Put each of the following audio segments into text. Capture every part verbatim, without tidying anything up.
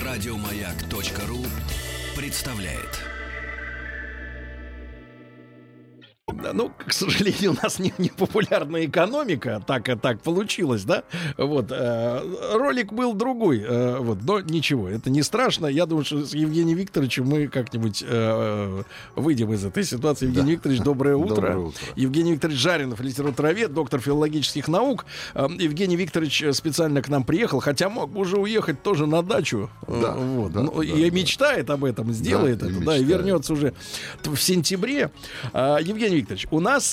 Радиомаяк.ру представляет. Ну, к сожалению, у нас не, не популярная экономика, так и так получилось, да? Вот э, ролик был другой, э, вот, но ничего, это не страшно. Я думаю, что с Евгением Викторовичем мы как-нибудь э, выйдем из этой ситуации. Евгений да. Викторович, доброе утро. Доброе утро. Евгений Викторович Жаринов, литературовед, доктор филологических наук. Э, Евгений Викторович специально к нам приехал, хотя мог бы уже уехать тоже на дачу. Да, э, вот. да, ну, да, и да. мечтает об этом, сделает да, это, и да, и вернется уже в сентябре. Э, Евгений Викторович, у нас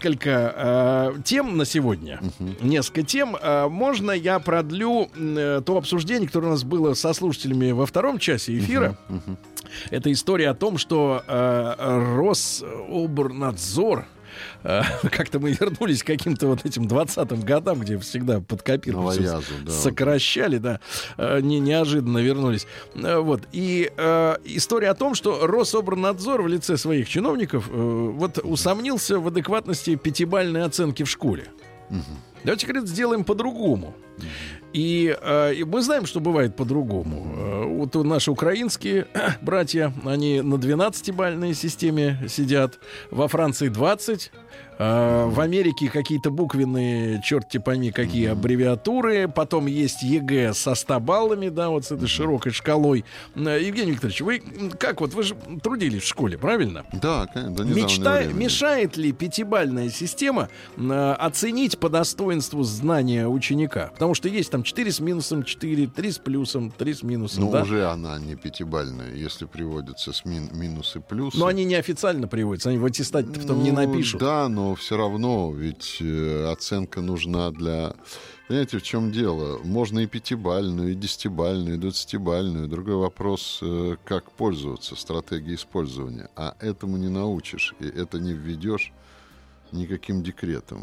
несколько э, тем на сегодня. Uh-huh. Несколько тем. Э, можно я продлю э, то обсуждение, которое у нас было со слушателями во втором часе эфира? Uh-huh. Uh-huh. Это история о том, что э, Рособорнадзор, э, как-то мы вернулись к каким-то вот этим двадцатым годам, где всегда под копирку все да, сокращали, да, э, не, неожиданно вернулись. Э, вот. И э, история о том, что Рособорнадзор в лице своих чиновников э, вот усомнился в адекватности пятибалльной оценки в школе. Угу. Давайте, говорит, сделаем по-другому. Угу. И, э, и мы знаем, что бывает по-другому. Э, вот наши украинские братья, они на двенадцатибалльной системе сидят. Во Франции двадцать. Э, в Америке какие-то буквенные, черт пойми, какие аббревиатуры. Потом есть ЕГЭ со ста баллами, да, вот с этой широкой шкалой. Э, Евгений Викторович, вы как вот, вы же трудились в школе, правильно? Да, конечно. Мечта... Мешает ли пятибалльная система э, оценить по достоинству знания ученика? Потому что есть там четыре с минусом, четыре, три с плюсом, три с минусом. Ну, да? уже она не пятибалльная, если приводятся с мин- минусы плюсы. Но они неофициально приводятся, они в аттестате в том ну, не напишут. Да, но все равно, ведь э, оценка нужна для... Понимаете, в чем дело? Можно и пятибалльную, и десятибалльную, и двадцатибалльную. Другой вопрос, э, как пользоваться, стратегией использования. А этому не научишь, и это не введешь никаким декретом.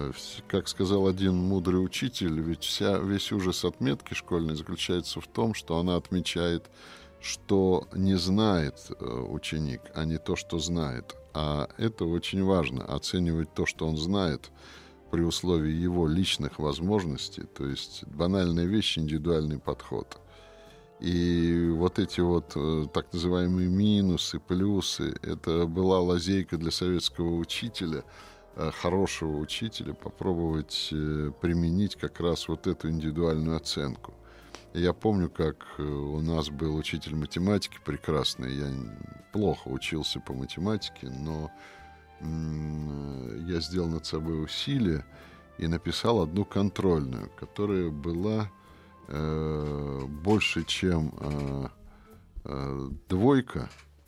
Как сказал один мудрый учитель, ведь вся, весь ужас отметки школьной заключается в том, что она отмечает, что не знает ученик, а не то, что знает. А это очень важно, оценивать то, что он знает, при условии его личных возможностей, то есть банальная вещь, индивидуальный подход. И вот эти вот так называемые минусы, плюсы, это была лазейка для советского учителя, хорошего учителя, попробовать применить как раз вот эту индивидуальную оценку. Я помню, как у нас был учитель математики прекрасный. Я плохо учился по математике, но я сделал над собой усилие и написал одну контрольную, которая была э, больше, чем э, э, двойка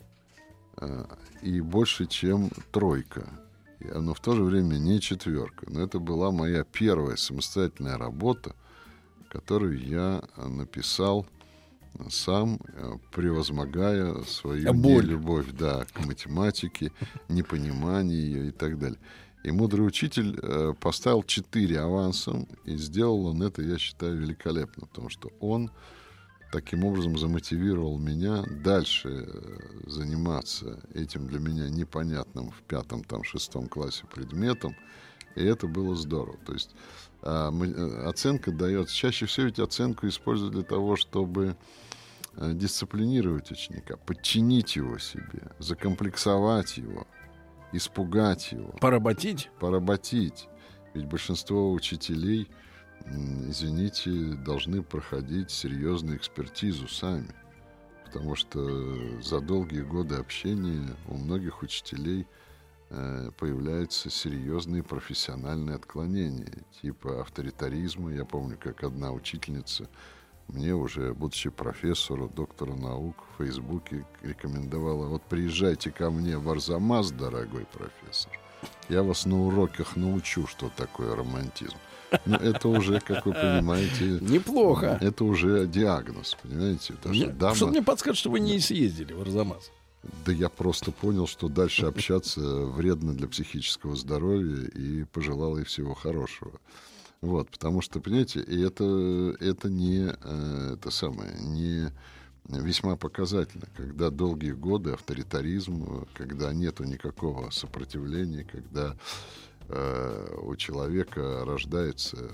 э, и больше, чем тройка. Но в то же время не четверка. Но это была моя первая самостоятельная работа, которую я написал сам, превозмогая свою Боль. нелюбовь да, к математике, непонимание ее и так далее. И мудрый учитель э, поставил четыре авансом, и сделал он это, я считаю, великолепно, потому что он таким образом замотивировал меня дальше заниматься этим для меня непонятным в пятом, там, шестом классе предметом, и это было здорово. То есть э, мы, оценка дается, чаще всего ведь оценку используют для того, чтобы э, дисциплинировать ученика, подчинить его себе, закомплексовать его, испугать его. Поработить? Поработить. Ведь большинство учителей, извините, должны проходить серьезную экспертизу сами. Потому что за долгие годы общения у многих учителей э, появляются серьезные профессиональные отклонения, типа авторитаризма. Я помню, как одна учительница мне уже, будучи профессором, доктором наук, в Фейсбуке рекомендовала: вот приезжайте ко мне в Арзамас, дорогой профессор, я вас на уроках научу, что такое романтизм. Ну, это уже, как вы понимаете... Неплохо. Это уже диагноз, понимаете? Потому что дама... Что мне подскажет, что вы не съездили в Арзамас? Да я просто понял, что дальше общаться вредно для психического здоровья, и пожелал ей всего хорошего. Вот, потому что, понимаете, и это, это не, это самое, не весьма показательно, когда долгие годы авторитаризм, когда нету никакого сопротивления, когда э, у человека рождается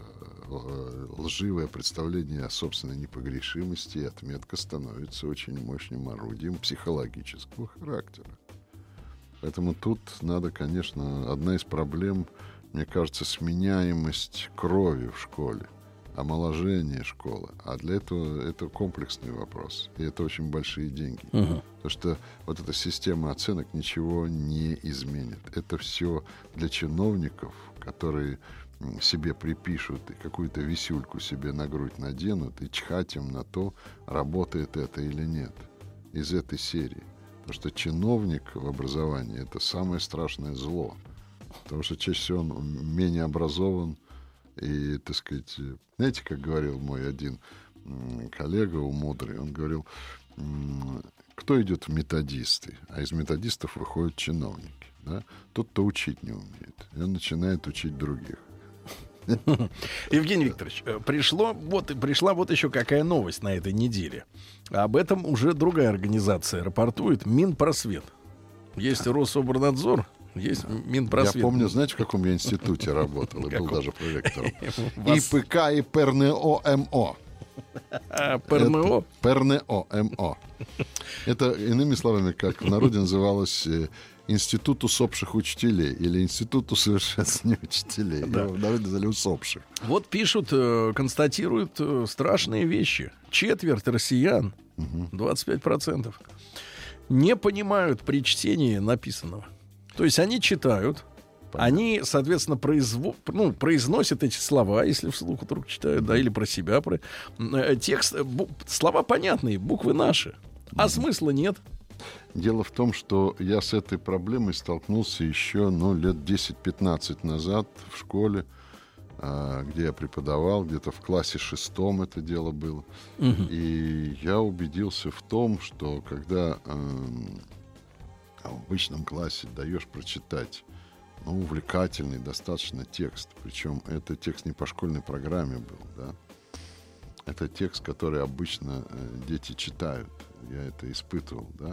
лживое представление о собственной непогрешимости и отметка становится очень мощным орудием психологического характера. Поэтому тут надо, конечно, одна из проблем, мне кажется, сменяемость крови в школе, омоложение школы. А для этого это комплексный вопрос. И это очень большие деньги. Uh-huh. Потому что вот эта система оценок ничего не изменит. Это все для чиновников, которые себе припишут и какую-то висюльку себе на грудь наденут, и чхать им на то, работает это или нет. Из этой серии. Потому что чиновник в образовании — это самое страшное зло. Потому что чаще всего он менее образован. И, так сказать, знаете, как говорил мой один коллега мудрый, он говорил, кто идет в методисты? А из методистов выходят чиновники. Да? Тот, кто учить не умеет. И он начинает учить других. Евгений Викторович, пришло, вот, пришла вот еще какая новость на этой неделе. Об этом уже другая организация рапортует. Минпросвет. Есть Рособорнадзор, есть Минпросвет. Я помню, знаете, в каком я институте работал, и был даже проректором. ИПК и ПРНО-МО. ПРНО? ПРНО-МО. Это, иными словами, как в народе называлось, Институт усопших учителей или Институт усовершенствования учителей. Да. Его в народе назвали усопших. Вот пишут, констатируют страшные вещи. Четверть россиян, двадцать пять процентов, не понимают при чтении написанного. То есть они читают, понятно. Они, соответственно, произво... ну, произносят эти слова, если вслух вдруг читают, да, или про себя. Про... Текст, бу... слова понятные, буквы наши, а смысла нет. Дело в том, что я с этой проблемой столкнулся еще ну, лет десять-пятнадцать назад в школе, где я преподавал, где-то в классе шестом это дело было. Угу. И я убедился в том, что когда э, в обычном классе даешь прочитать ну, увлекательный достаточно текст, причем это текст не по школьной программе был, да, это текст, который обычно э, дети читают, я это испытывал, да,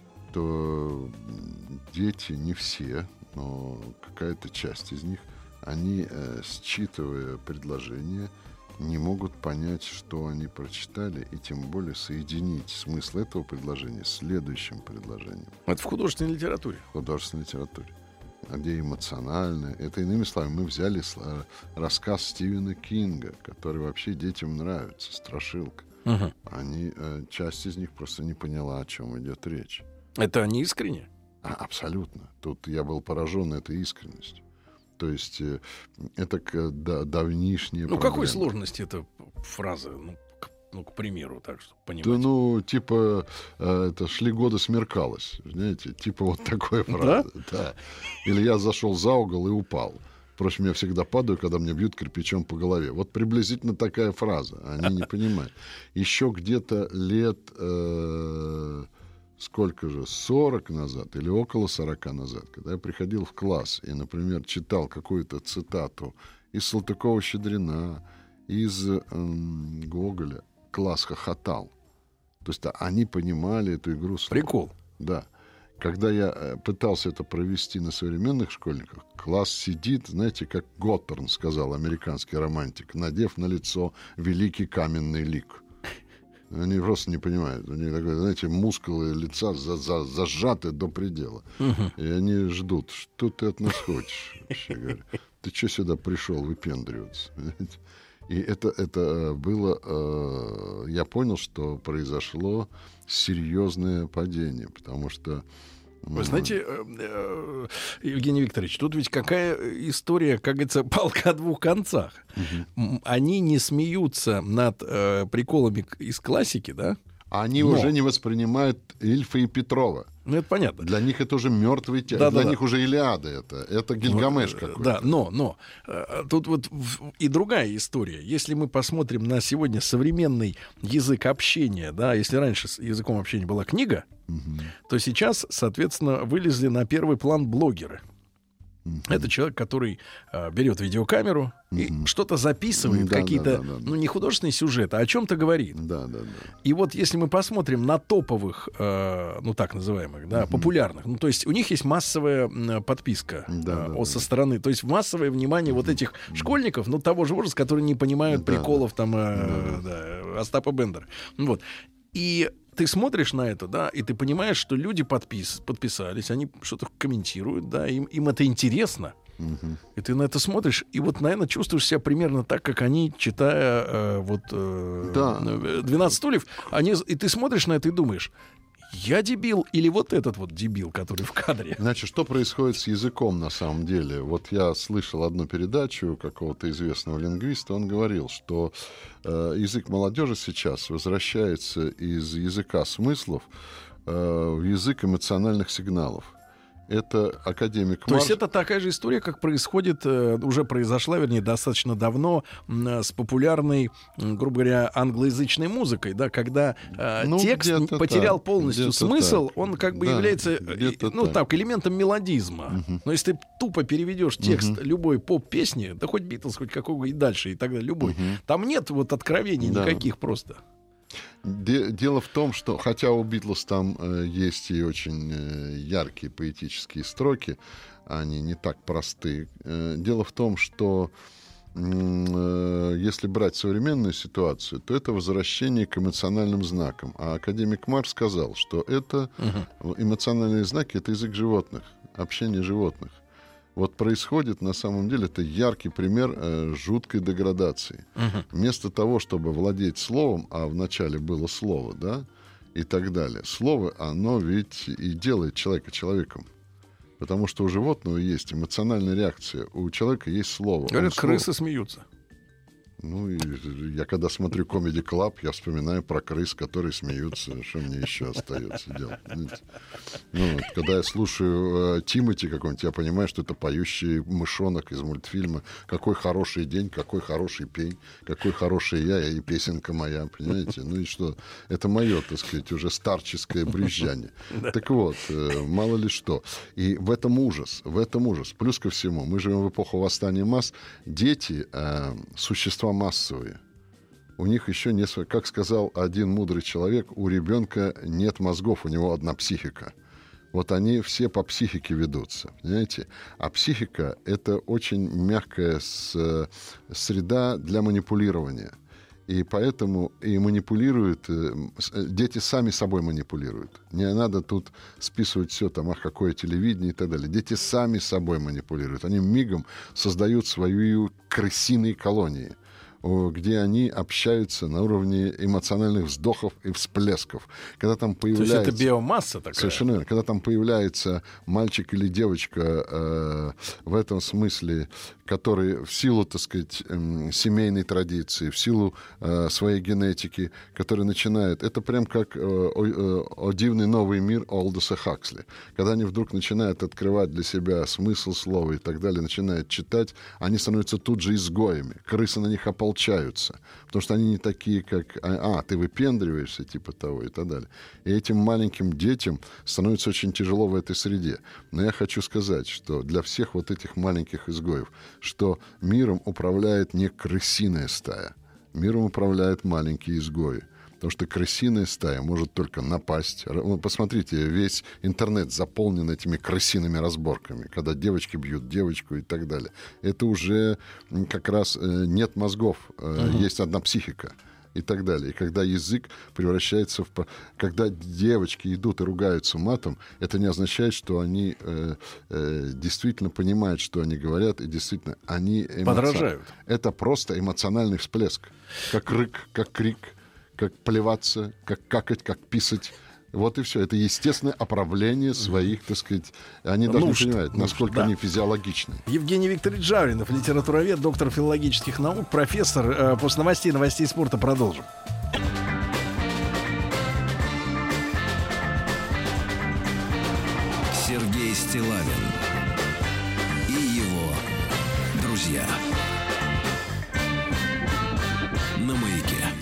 то дети, не все, но какая-то часть из них, они, э, считывая предложение, не могут понять, что они прочитали, и тем более соединить смысл этого предложения с следующим предложением. Это в художественной литературе. В художественной литературе. Где эмоционально. Это, иными словами, мы взяли рассказ Стивена Кинга, который вообще детям нравится, «Страшилка». Угу. Они, э, часть из них просто не поняла, о чем идет речь. Это они искренне? А, абсолютно. Тут я был поражен этой искренностью. То есть э, это к, да, давнишняя Ну, проблема. какой сложности эта фраза? Ну, к, ну, к примеру, так что понимать. Да, ну, типа, э, это «шли годы, смеркалось». Знаете, типа вот такой фраза. Да? Да. Или «я зашел за угол и упал». Впрочем, я всегда падаю, когда мне бьют кирпичом по голове. Вот приблизительно такая фраза. Они не понимают. Еще где-то лет... Э, сколько же, сорок назад или около сорока назад, когда я приходил в класс и, например, читал какую-то цитату из Салтыкова-Щедрина, из эм, Гоголя, класс хохотал. То есть они понимали эту игру слов. Прикол. Да. Когда я пытался это провести на современных школьниках, класс сидит, знаете, как Готтерн сказал, американский романтик, надев на лицо великий каменный лик. Они просто не понимают. У них, такой, знаете, мускулы лица за, за, зажаты до предела. Uh-huh. И они ждут, что ты от нас хочешь. Вообще говоря. Ты что сюда пришел выпендриваться? И это, это было... Э, я понял, что произошло серьезное падение, потому что... Вы знаете, Евгений Викторович, тут ведь какая история, как говорится, палка о двух концах. Угу. Они не смеются над э, приколами из классики, да? Они Но... уже не воспринимают Ильфа и Петрова. Ну, это понятно. Для них это уже мертвый текст. Да, Для да, них да. уже Илиада это. Это Гильгамеш ну, какой-то. Да, но, но тут вот и другая история. Если мы посмотрим на сегодня современный язык общения, да, если раньше языком общения была книга, угу. то сейчас, соответственно, вылезли на первый план блогеры. Это человек, который э, берет видеокамеру и mm-hmm. что-то записывает, mm-hmm. какие-то, да, да, да, ну, не художественные сюжеты, а о чем-то говорит. Да, да, да. И вот если мы посмотрим на топовых, э, ну, так называемых, да, mm-hmm. популярных, ну, то есть у них есть массовая э, подписка да, э, да, со да. стороны, то есть массовое внимание mm-hmm. вот этих mm-hmm. школьников, ну, того же возраста, которые не понимают да, приколов там э, mm-hmm. да, Остапа Бендера. Вот. И ты смотришь на это, да, и ты понимаешь, что люди подпис, подписались, они что-то комментируют, да, им, им это интересно. Uh-huh. И ты на это смотришь, и вот, наверное, чувствуешь себя примерно так, как они, читая э, вот э, да. «двенадцать стульев», они, и ты смотришь на это и думаешь, я дебил или вот этот вот дебил, который в кадре? Значит, что происходит с языком на самом деле? Вот я слышал одну передачу какого-то известного лингвиста, он говорил, что э, язык молодежи сейчас возвращается из языка смыслов э, в язык эмоциональных сигналов. Это академик То Марш. есть это такая же история, как происходит, э, уже произошла, вернее, достаточно давно э, с популярной, э, грубо говоря, англоязычной музыкой, да, когда э, ну, текст потерял так, полностью смысл, так. он как бы да, является, э, ну так. так, элементом мелодизма. Uh-huh. Но если ты тупо переведешь текст uh-huh. любой поп-песни, да хоть Битлз, хоть какого и дальше, и так далее, любой, uh-huh. там нет вот откровений да. никаких просто. Дело в том, что, хотя у Битлз там э, есть и очень э, яркие поэтические строки, они не так просты. Э, дело в том, что э, если брать современную ситуацию, то это возвращение к эмоциональным знакам. А академик Марш сказал, что это uh-huh. эмоциональные знаки — это язык животных, общение животных. Вот происходит, на самом деле, это яркий пример э, жуткой деградации. Uh-huh. Вместо того, чтобы владеть словом, а вначале было слово, да, и так далее, слово, оно ведь и делает человека человеком. Потому что у животного есть эмоциональная реакция, у человека есть слово. Говорят, слово... крысы смеются. Ну, и я когда смотрю Comedy Club, я вспоминаю про крыс, которые смеются. Что мне еще остается делать? Ну, вот, когда я слушаю э, Тимати какой-нибудь, я понимаю, что это поющий мышонок из мультфильма. Какой хороший день, какой хороший пень, какой хороший я и песенка моя, понимаете? Ну и что? Это мое, так сказать, уже старческое брюзжание. Так вот, э, мало ли что. И в этом ужас, в этом ужас. Плюс ко всему, мы живем в эпоху восстания масс. Дети э, существа массовые. У них еще не... Как сказал один мудрый человек, у ребенка нет мозгов, у него одна психика. Вот они все по психике ведутся, понимаете? А психика — это очень мягкая с... среда для манипулирования. И поэтому и манипулируют... Дети сами собой манипулируют. Не надо тут списывать все, там, ах, какое телевидение и так далее. Дети сами собой манипулируют. Они мигом создают свои крысиные колонии, где они общаются на уровне эмоциональных вздохов и всплесков. Когда там появляется... То есть это биомасса такая? Совершенно верно. Когда там появляется мальчик или девочка э, в этом смысле, который в силу, так сказать, э, семейной традиции, в силу э, своей генетики, который начинает... Это прям как э, о, э, о дивный новый мир Олдоса Хаксли. Когда они вдруг начинают открывать для себя смысл слова и так далее, начинают читать, они становятся тут же изгоями. Крысы на них ополчаются, потому что они не такие, как... А, ты выпендриваешься, типа того, и так далее. И этим маленьким детям становится очень тяжело в этой среде. Но я хочу сказать, что для всех вот этих маленьких изгоев, что миром управляет не крысиная стая, миром управляют маленькие изгои. Потому что крысиная стая может только напасть. Посмотрите, весь интернет заполнен этими крысиными разборками, когда девочки бьют девочку и так далее. Это уже как раз нет мозгов, uh-huh. есть одна психика и так далее. И когда язык превращается в... Когда девочки идут и ругаются матом, это не означает, что они э, э, действительно понимают, что они говорят, и действительно они... Эмоци... Подражают. Это просто эмоциональный всплеск. Как рык, как крик, как плеваться, как какать, как писать. Вот и все. Это естественное оправление своих, так сказать... Они даже нужд, не понимают, насколько нужд, да. они физиологичны. Евгений Викторович Жавринов, литературовед, доктор филологических наук, профессор. Э, после новостей, новостей спорта продолжим. Сергей Стиллавин и его друзья. На Маяке.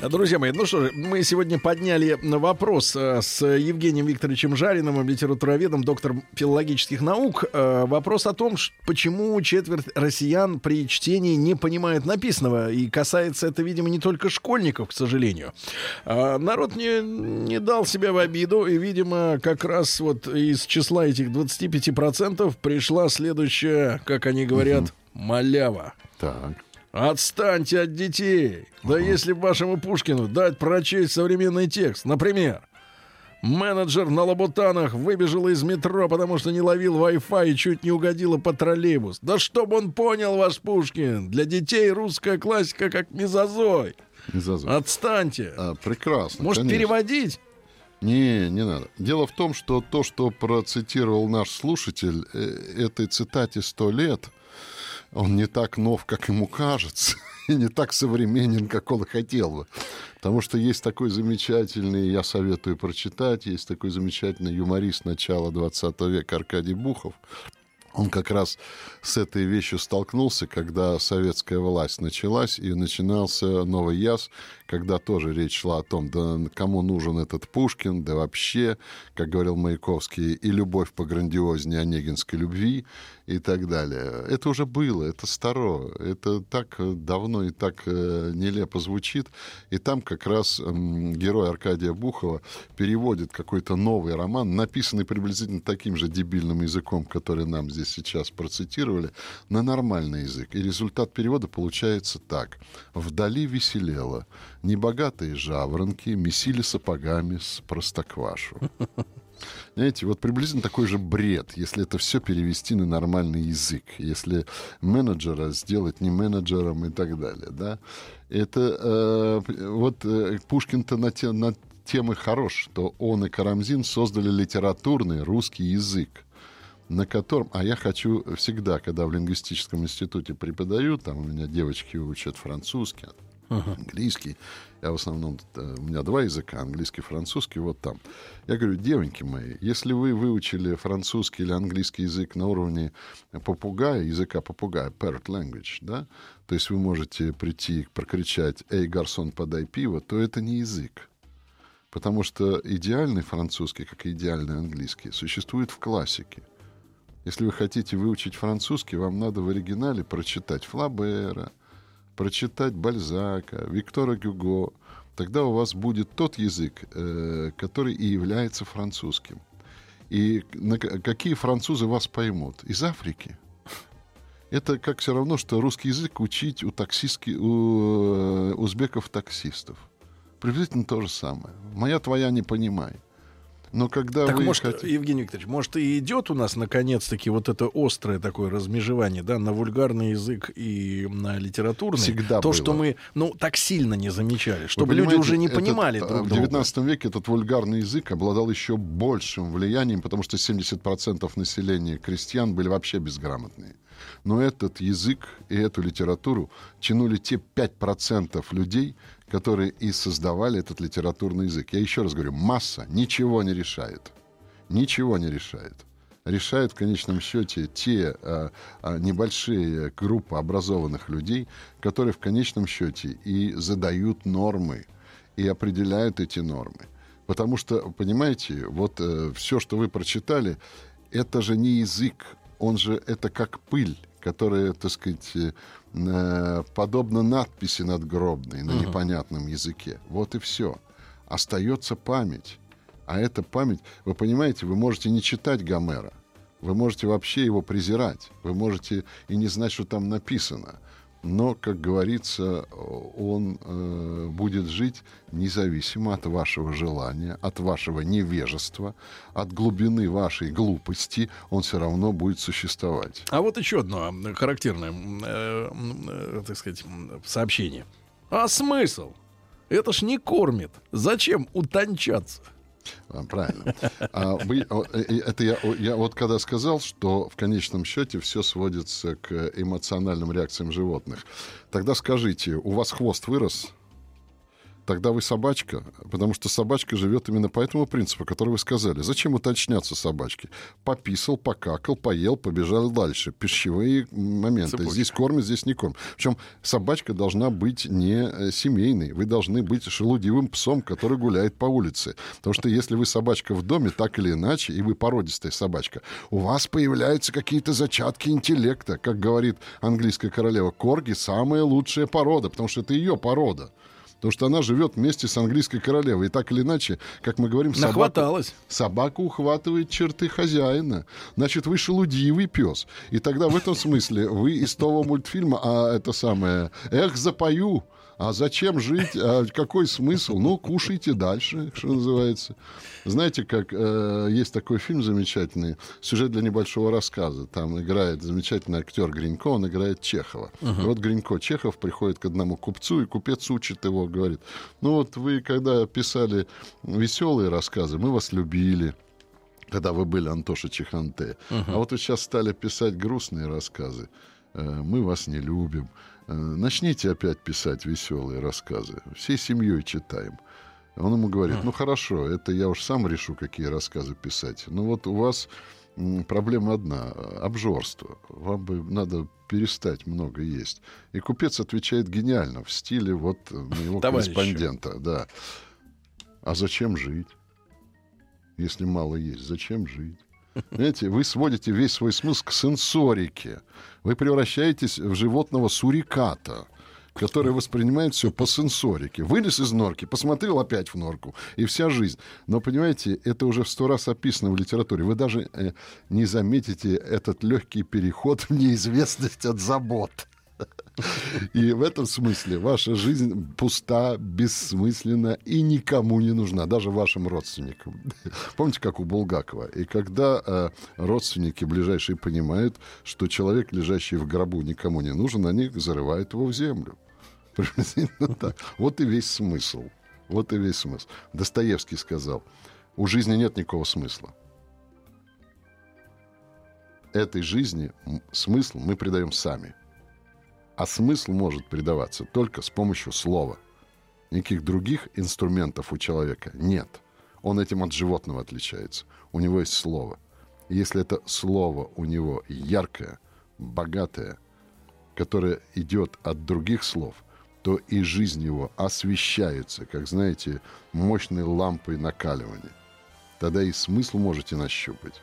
Друзья мои, ну что же, мы сегодня подняли вопрос с Евгением Викторовичем Жариным, литературоведом, доктором филологических наук. Вопрос о том, почему четверть россиян при чтении не понимает написанного. И касается это, видимо, не только школьников, к сожалению. Народ не, не дал себя в обиду. И, видимо, как раз вот из числа этих двадцати пяти процентов пришла следующая, как они говорят, малява. Так. Отстаньте от детей. Да uh-huh. если бы вашему Пушкину дать прочесть современный текст. Например, менеджер на Лабутанах выбежал из метро, потому что не ловил Wi-Fi и чуть не угодила под троллейбус. Да чтоб он понял, ваш Пушкин. Для детей русская классика как мезозой. Мезозой. Отстаньте. А, прекрасно. Может, конечно. переводить? Не, не надо. Дело в том, что то, что процитировал наш слушатель, этой цитате сто лет, он не так нов, как ему кажется, и не так современен, как он хотел бы. Потому что есть такой замечательный, я советую прочитать, есть такой замечательный юморист начала двадцатого века Аркадий Бухов. Он как раз с этой вещью столкнулся, когда советская власть началась, и начинался новый яз, когда тоже речь шла о том, да кому нужен этот Пушкин, да вообще, как говорил Маяковский, и любовь пограндиознее онегинской любви, и так далее. Это уже было, это старо, это так давно и так э, нелепо звучит. И там как раз э, герой Аркадия Бухова переводит какой-то новый роман, написанный приблизительно таким же дебильным языком, который нам здесь сейчас процитировали, на нормальный язык. И результат перевода получается так. «Вдали веселело, небогатые жаворонки месили сапогами с простоквашу». Знаете, вот приблизительно такой же бред, если это все перевести на нормальный язык, если менеджера сделать не менеджером и так далее, да. Это э, вот э, Пушкин-то на, те, на темы хорош, что он и Карамзин создали литературный русский язык, на котором, а я хочу всегда, когда в лингвистическом институте преподаю, там у меня девочки учат французский, Uh-huh. английский. Я в основном... У меня два языка, английский и французский, вот там. Я говорю, девоньки мои, если вы выучили французский или английский язык на уровне попугая, языка попугая, parrot language, да, то есть вы можете прийти, прокричать «Эй, гарсон, подай пиво», то это не язык. Потому что идеальный французский, как и идеальный английский, существует в классике. Если вы хотите выучить французский, вам надо в оригинале прочитать Флабера, прочитать Бальзака, Виктора Гюго, тогда у вас будет тот язык, э, который и является французским. И на, какие французы вас поймут? Из Африки. Это как все равно, что русский язык учить у, таксистки, у э, узбеков-таксистов. Приблизительно то же самое. Моя твоя не понимай. Но когда так, вы может, хотите... Евгений Викторович, может, и идет у нас, наконец-таки, вот это острое такое размежевание, да, на вульгарный язык и на литературный. Всегда То, было. что мы, ну, так сильно не замечали, чтобы люди уже не понимали этот, друг друга. В девятнадцатом веке этот вульгарный язык обладал еще большим влиянием, потому что семьдесят процентов населения крестьян были вообще безграмотные. Но этот язык и эту литературу тянули те пять процентов людей, которые и создавали этот литературный язык. Я еще раз говорю, масса ничего не решает. Ничего не решает. Решают в конечном счете те а, а, небольшие группы образованных людей, которые в конечном счете и задают нормы, и определяют эти нормы. Потому что, понимаете, вот э, все, что вы прочитали, это же не язык, он же это как пыль, которая, так сказать, э, подобно надписи надгробной на uh-huh. непонятном языке. Вот и все. Остается память. А эта память, вы понимаете, вы можете не читать Гомера, вы можете вообще его презирать, вы можете и не знать, что там написано. Но, как говорится, он э, будет жить независимо от вашего желания, от вашего невежества, от глубины вашей глупости, он все равно будет существовать. А вот еще одно характерное, э, э, так сказать, сообщение. А смысл? Это ж не кормит. Зачем утончаться? Правильно. А вы, это я, я вот когда сказал, что в конечном счете все сводится к эмоциональным реакциям животных, тогда скажите, у вас хвост вырос? тогда вы собачка, потому что собачка живет именно по этому принципу, который вы сказали. Зачем уточняться собачке? Пописал, покакал, поел, побежал дальше. Пищевые моменты. Цепочка. Здесь кормят, здесь не кормят. Причем собачка должна быть не семейной. Вы должны быть шелудивым псом, который гуляет по улице. Потому что если вы собачка в доме, так или иначе, и вы породистая собачка, у вас появляются какие-то зачатки интеллекта. Как говорит английская королева, корги — самая лучшая порода, потому что это ее порода. Потому что она живет вместе с английской королевой. И так или иначе, как мы говорим, собака, собака ухватывает черты хозяина. Значит, вы шелудивый пес. И тогда в этом смысле вы из того мультфильма, а это самое, «Эх, запою». А зачем жить? А какой смысл? Ну, кушайте дальше, что называется. Знаете, как э, есть такой фильм замечательный, сюжет для небольшого рассказа. Там играет замечательный актер Гринько, он играет Чехова. Uh-huh. И вот Гринько, Чехов приходит к одному купцу, и купец учит его, говорит: ну вот вы, когда писали веселые рассказы, мы вас любили, когда вы были Антоша Чеханте. Uh-huh. А вот вы сейчас стали писать грустные рассказы, э, мы вас не любим. Начните опять писать веселые рассказы. Всей семьей читаем. Он ему говорит: ну хорошо, это я уж сам решу, какие рассказы писать. Но вот у вас проблема одна — обжорство. Вам бы надо перестать много есть. И купец отвечает гениально, в стиле вот моего корреспондента. Да. А зачем жить? Если мало есть, зачем жить? Понимаете, вы сводите весь свой смысл к сенсорике. Вы превращаетесь в животного суриката, который воспринимает все по сенсорике. Вылез из норки, посмотрел опять в норку, и вся жизнь. Но, понимаете, это уже в сто раз описано в литературе. Вы даже э, не заметите этот легкий переход в неизвестность от забот. И в этом смысле ваша жизнь пуста, бессмысленна и никому не нужна, даже вашим родственникам. Помните, как у Булгакова? И когда э, родственники ближайшие понимают, что человек, лежащий в гробу, никому не нужен, они зарывают его в землю. Так. Вот и весь смысл. Вот и весь смысл. Достоевский сказал: у жизни нет никакого смысла. Этой жизни смысл мы придаем сами. А смысл может придаваться только с помощью слова. Никаких других инструментов у человека нет. Он этим от животного отличается. У него есть слово. И если это слово у него яркое, богатое, которое идет от других слов, то и жизнь его освещается, как, знаете, мощной лампой накаливания. Тогда и смысл можете нащупать.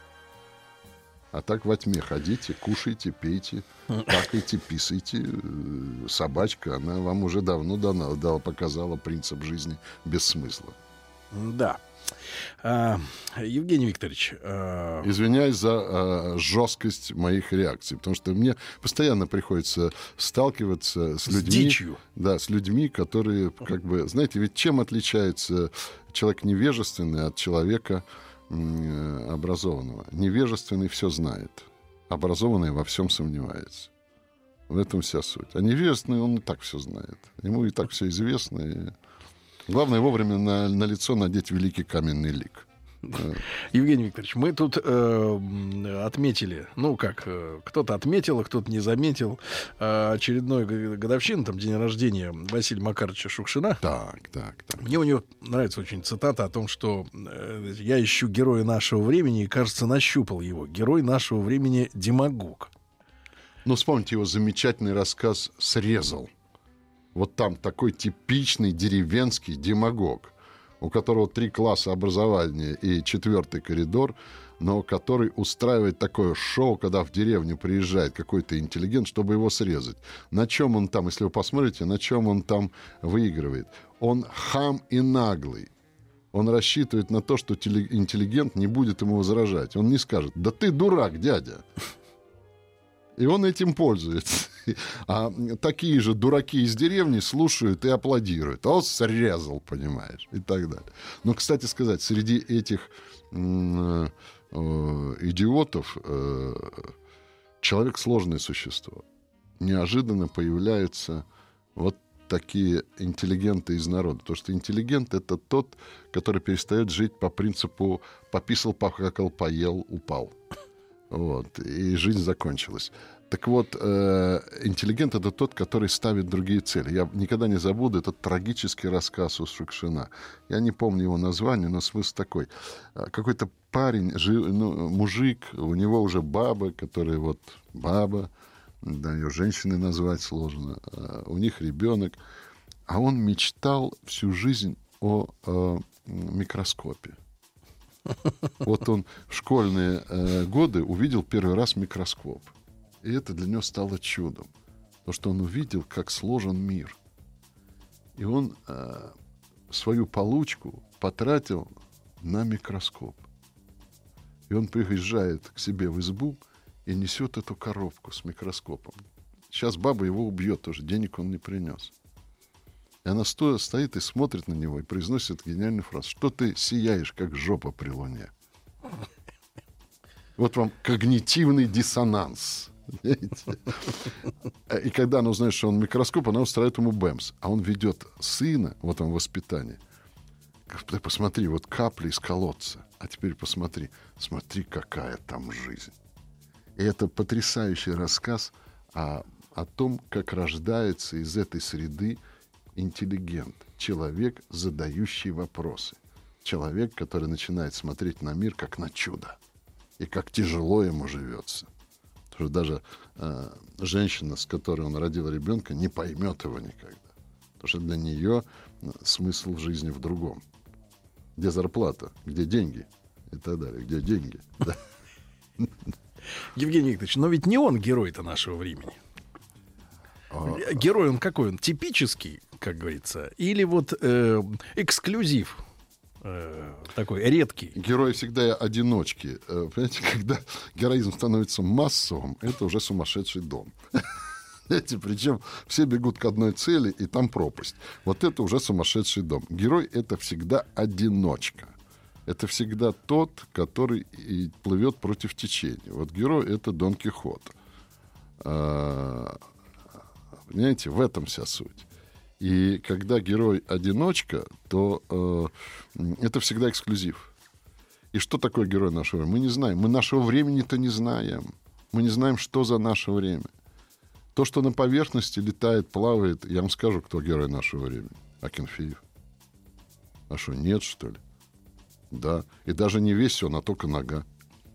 А так во тьме ходите, кушайте, пейте, какайте, писайте. Собачка, она вам уже давно дана, дала, показала принцип жизни без смысла. Да. А, Евгений Викторович... А... Извиняюсь за а, жесткость моих реакций, потому что мне постоянно приходится сталкиваться с, с людьми... Дичью. Да, с людьми, которые, как бы... Знаете, ведь чем отличается человек невежественный от человека образованного? Невежественный все знает, образованный во всем сомневается. В этом вся суть. А невежественный, он и так все знает. Ему и так все известно. И... Главное вовремя на, на лицо надеть великий каменный лик. Евгений Викторович, мы тут э, отметили, ну как, э, кто-то отметил, а кто-то не заметил э, очередной годовщину, там, день рождения Василия Макаровича Шукшина. Так, так, так. Мне у него нравится очень цитата о том, что э, я ищу героя нашего времени и, кажется, нащупал его. Герой нашего времени — демагог. Ну, вспомните его замечательный рассказ «Срезал». Вот там такой типичный деревенский демагог, у которого три класса образования и четвертый коридор, но который устраивает такое шоу, когда в деревню приезжает какой-то интеллигент, чтобы его срезать. На чем он там, если вы посмотрите, на чем он там выигрывает? Он хам и наглый. Он рассчитывает на то, что интеллигент не будет ему возражать. Он не скажет: да ты дурак, дядя. И он этим пользуется. А такие же дураки из деревни слушают и аплодируют. А он срезал, понимаешь, и так далее. Но, кстати сказать, среди этих э, э, идиотов э, человек — сложное существо. Неожиданно появляются вот такие интеллигенты из народа. Потому что интеллигент — это тот, который перестает жить по принципу «пописал, покакал, поел, упал». Вот, и жизнь закончилась. Так вот, э, интеллигент — это тот, который ставит другие цели. Я никогда не забуду этот трагический рассказ у Шукшина. Я не помню его название, но смысл такой. Какой-то парень, жи, ну, мужик, у него уже баба, которая вот баба, да, ее женщиной назвать сложно, у них ребенок, а он мечтал всю жизнь о, о микроскопе. Вот он в школьные э, годы увидел первый раз микроскоп. И это для него стало чудом. Потому что он увидел, как сложен мир. И он э, свою получку потратил на микроскоп. И он приезжает к себе в избу и несет эту коробку с микроскопом. Сейчас баба его убьет тоже, денег он не принес. И она стоя, стоит и смотрит на него и произносит гениальную фразу: что ты сияешь, как жопа при луне. Вот вам когнитивный диссонанс. И когда она узнает, что он микроскоп, она устраивает ему бэмс. А он ведет сына, вот он воспитание. Ты посмотри, вот капли из колодца. А теперь посмотри, смотри, какая там жизнь. И это потрясающий рассказ о, о том, как рождается из этой среды интеллигент. Человек, задающий вопросы. Человек, который начинает смотреть на мир как на чудо. И как тяжело ему живется. Потому что даже э, женщина, с которой он родил ребенка, не поймет его никогда. Потому что для нее смысл в жизни в другом. Где зарплата? Где деньги? И так далее. Где деньги? Евгений Викторович, но ведь не он герой-то нашего времени. А... Герой он какой? Он типический, как говорится, или вот э, эксклюзив? Такой редкий. Герои всегда одиночки. Понимаете, когда героизм становится массовым, это уже сумасшедший дом. Знаете, причем все бегут к одной цели, и там пропасть. Вот это уже сумасшедший дом. Герой — это всегда одиночка. Это всегда тот, который и плывет против течения. Вот герой — это Дон Кихот. Понимаете, в этом вся суть. И когда герой одиночка, то э, это всегда эксклюзив. И что такое герой нашего времени? Мы не знаем. Мы нашего времени-то не знаем. Мы не знаем, что за наше время. То, что на поверхности летает, плавает, я вам скажу, кто герой нашего времени. Акинфеев. А что, нет, что ли? Да. И даже не весь он, а только нога.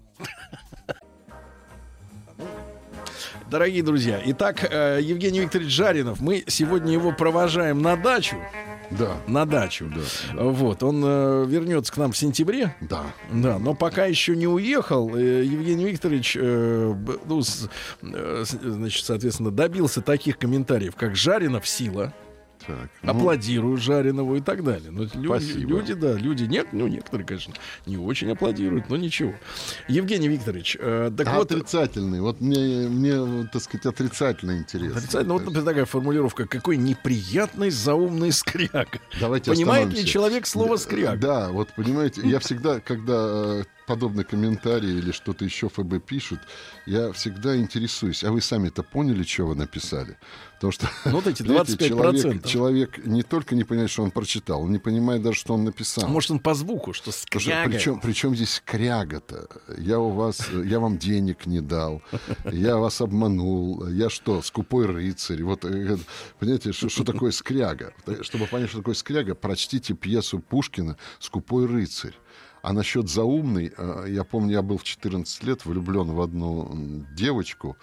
Дорогие друзья, итак, Евгений Викторович Жаринов, мы сегодня его провожаем на дачу. Да. На дачу. Да, да. Вот, он э, вернется к нам в сентябре. Да. Да, но пока еще не уехал. Э, Евгений Викторович, э, ну, с, э, значит, соответственно, добился таких комментариев, как «Жаринов сила». Так, ну... Аплодируют Жаринову и так далее. Но люди, люди, да, люди, нет, ну, некоторые, конечно, не очень аплодируют, но ничего. Евгений Викторович, э, так а вот... Отрицательный. Вот мне, мне, так сказать, отрицательно интересно. Отрицательно. Вот, например, такая формулировка: какой неприятный заумный скряга. Давайте Понимает ли человек слово «скряга»? Да, вот понимаете, я всегда, когда подобный комментарий или что-то еще ФБ пишут, я всегда интересуюсь. А вы сами-то поняли, что вы написали? Потому что ну, вот эти двадцать пять процентов. Человек, человек не только не понимает, что он прочитал, он не понимает даже, что он написал. Может, он по звуку, что скряга. Причем, причем здесь скряга-то? Я у вас, я вам денег не дал, я вас обманул, я что, скупой рыцарь? Вот, понимаете, что, что такое скряга? Чтобы понять, что такое скряга, прочтите пьесу Пушкина «Скупой рыцарь». А насчет заумный, я помню, я был в четырнадцать лет влюблен в одну девочку,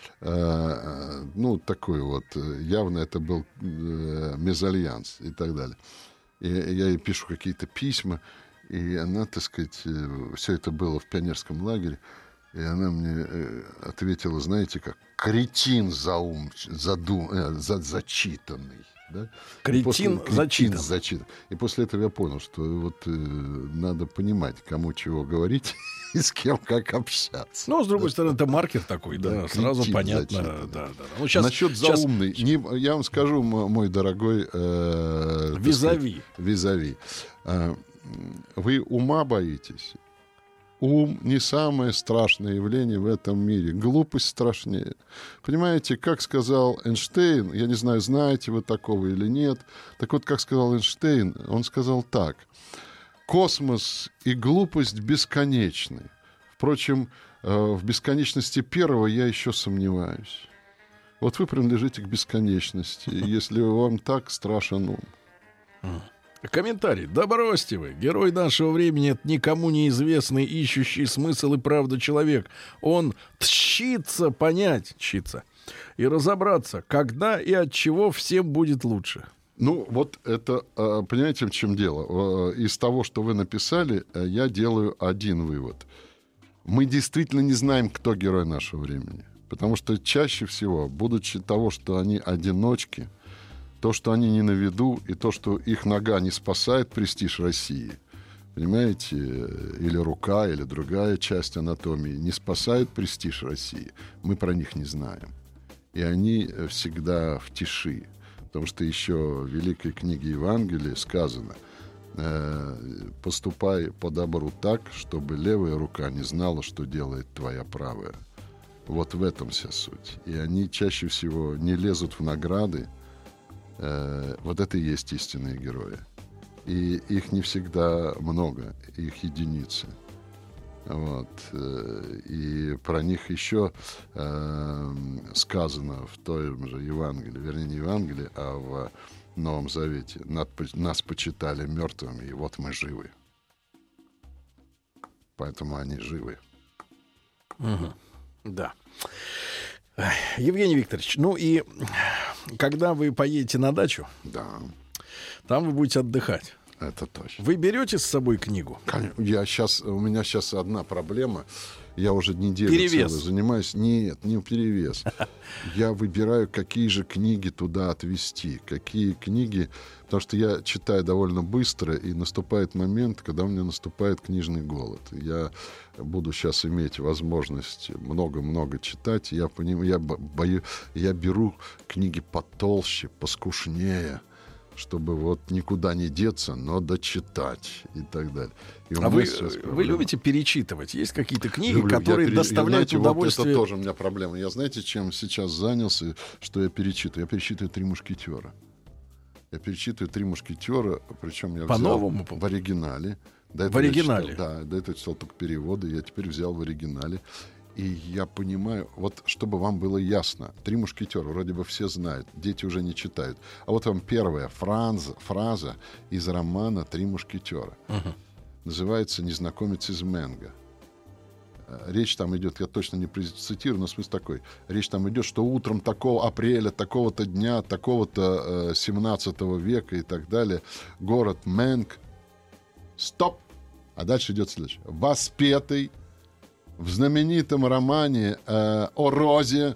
ну, такой вот, явно это был мезальянс и так далее. И я ей пишу какие-то письма, и она, так сказать, все это было в пионерском лагере, и она мне ответила, знаете как, кретин заум, задум, э, за, зачитанный. Да? Кретин, после, зачитан. кретин зачитан. И после этого я понял, что вот э, надо понимать, кому чего говорить и с кем как общаться. Ну, с другой да. стороны, это маркер такой, да, да сразу понятно. Да, да, да. Ну, сейчас, насчет сейчас... заумный, не, я вам скажу, мой дорогой э, визави. Сказать, визави. Э, вы ума боитесь? Ум не самое страшное явление в этом мире. Глупость страшнее. Понимаете, как сказал Эйнштейн, я не знаю, знаете вы такого или нет, так вот, как сказал Эйнштейн, он сказал так: космос и глупость бесконечны. Впрочем, в бесконечности первого я еще сомневаюсь. Вот вы принадлежите к бесконечности, если вам так страшен ум. Комментарий. Да бросьте вы. Герой нашего времени — это никому неизвестный, ищущий смысл и правду человек. Он тщится понять, тщится, и разобраться, когда и от чего всем будет лучше. Ну, вот это, понимаете, в чем дело? Из того, что вы написали, я делаю один вывод. Мы действительно не знаем, кто герой нашего времени. Потому что чаще всего, будучи того, что они одиночки, то, что они не на виду, и то, что их нога не спасает престиж России, понимаете, или рука, или другая часть анатомии не спасает престиж России, мы про них не знаем. И они всегда в тиши. Потому что еще в великой книге Евангелия сказано: э, «Поступай по добру так, чтобы левая рука не знала, что делает твоя правая». Вот в этом вся суть. И они чаще всего не лезут в награды. Э, вот это и есть истинные герои. И их не всегда много, их единицы. Вот. И про них еще э, сказано в том же Евангелии, вернее, не Евангелии, а в Новом Завете: «Нас почитали мертвыми, и вот мы живы». Поэтому они живы. Угу. Да. Евгений Викторович, ну и когда вы поедете на дачу, да, там вы будете отдыхать. Это точно. Вы берете с собой книгу? Я сейчас, у меня сейчас одна проблема. Я уже неделю Перевес. целую занимаюсь. Нет, не перевес. Я выбираю, какие же книги туда отвезти. Какие книги... Потому что я читаю довольно быстро, и наступает момент, когда у меня наступает книжный голод. Я буду сейчас иметь возможность много-много читать. Я, поним... я, бою... я беру книги потолще, поскушнее, чтобы вот никуда не деться, но дочитать и так далее. И а вы, вы любите перечитывать? Есть какие-то книги, Люблю. которые пере... доставляют знаете, удовольствие? Вот это тоже у меня проблема. Я, знаете, чем сейчас занялся, что я перечитываю? Я перечитываю «Три мушкетера». Я перечитываю «Три мушкетера», причем я По-новому? взял в оригинале. До в оригинале? Читал, да, до этого читал только переводы, я теперь взял в оригинале. И я понимаю, вот чтобы вам было ясно, «Три мушкетера» вроде бы все знают, дети уже не читают. А вот вам первая фраза, фраза из романа «Три мушкетера». Uh-huh. Называется «Незнакомец из Менго». Речь там идет, я точно не цитирую, но смысл такой. Речь там идет, что утром такого апреля, такого-то дня, такого-то э, семнадцатого века и так далее, город Менг, стоп! А дальше идет следующее. Воспетый в знаменитом романе э, о Розе.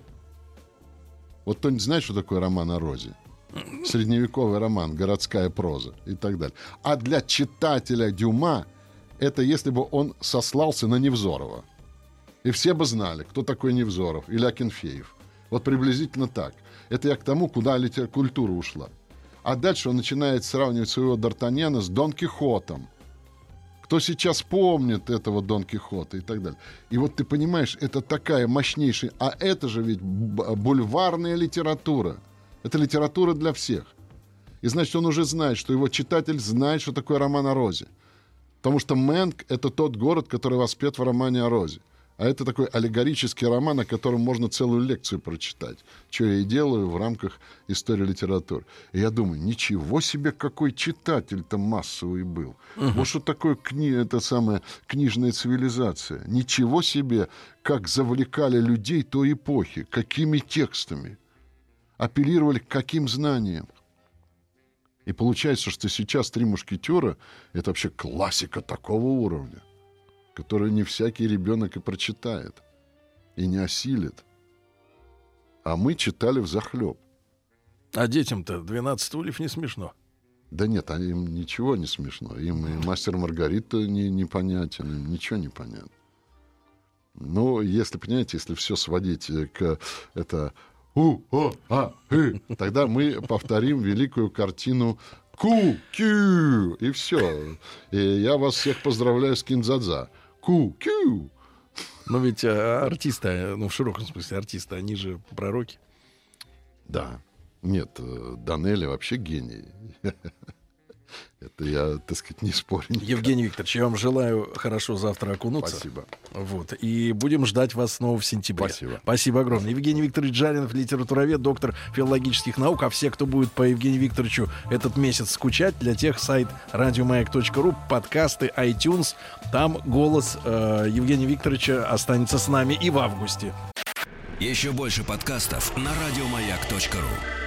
Вот кто-нибудь знает, что такое роман о Розе? Средневековый роман, городская проза и так далее. А для читателя Дюма это если бы он сослался на Невзорова. И все бы знали, кто такой Невзоров или Акинфеев. Вот приблизительно так. Это я к тому, куда литер... культура ушла. А дальше он начинает сравнивать своего Д'Артаньяна с Дон Кихотом. Кто сейчас помнит этого Дон Кихота и так далее. И вот ты понимаешь, это такая мощнейшая... А это же ведь бульварная литература. Это литература для всех. И значит, он уже знает, что его читатель знает, что такое роман о Розе. Потому что Менг — это тот город, который воспет в романе о Розе. А это такой аллегорический роман, о котором можно целую лекцию прочитать. Что я и делаю в рамках истории литературы. И я думаю, ничего себе, какой читатель-то массовый был. Uh-huh. Вот что такое кни... это самая книжная цивилизация. Ничего себе, как завлекали людей той эпохи, какими текстами. Апеллировали к каким знаниям. И получается, что сейчас «Три мушкетера» — это вообще классика такого уровня, которую не всякий ребенок и прочитает, и не осилит. А мы читали взахлеб. А детям-то «двенадцать стульев» не смешно. Да нет, им ничего не смешно. Им и «Мастер и Маргарита» не, непонятен, им ничего не понятно. Но если, понимаете, если все сводить к это... У, о, а, э, тогда мы повторим великую картину Ку-кю, и все. И я вас всех поздравляю с Киндзадза. Ку-кю. Но ведь а, артисты, ну в широком смысле артисты, они же пророки. Да. Нет, Данелли вообще гений. Это это я, так сказать, не спорю. Евгений Викторович, я вам желаю хорошо завтра окунуться. Спасибо. Вот. И будем ждать вас снова в сентябре. Спасибо. Спасибо огромное. Евгений Викторович Джаринов, литературовед, доктор филологических наук. А все, кто будет по Евгению Викторовичу этот месяц скучать, для тех сайт радиомаяк точка ру, подкасты, iTunes. Там голос э, Евгения Викторовича останется с нами и в августе. Еще больше подкастов на радиомаяк точка ру.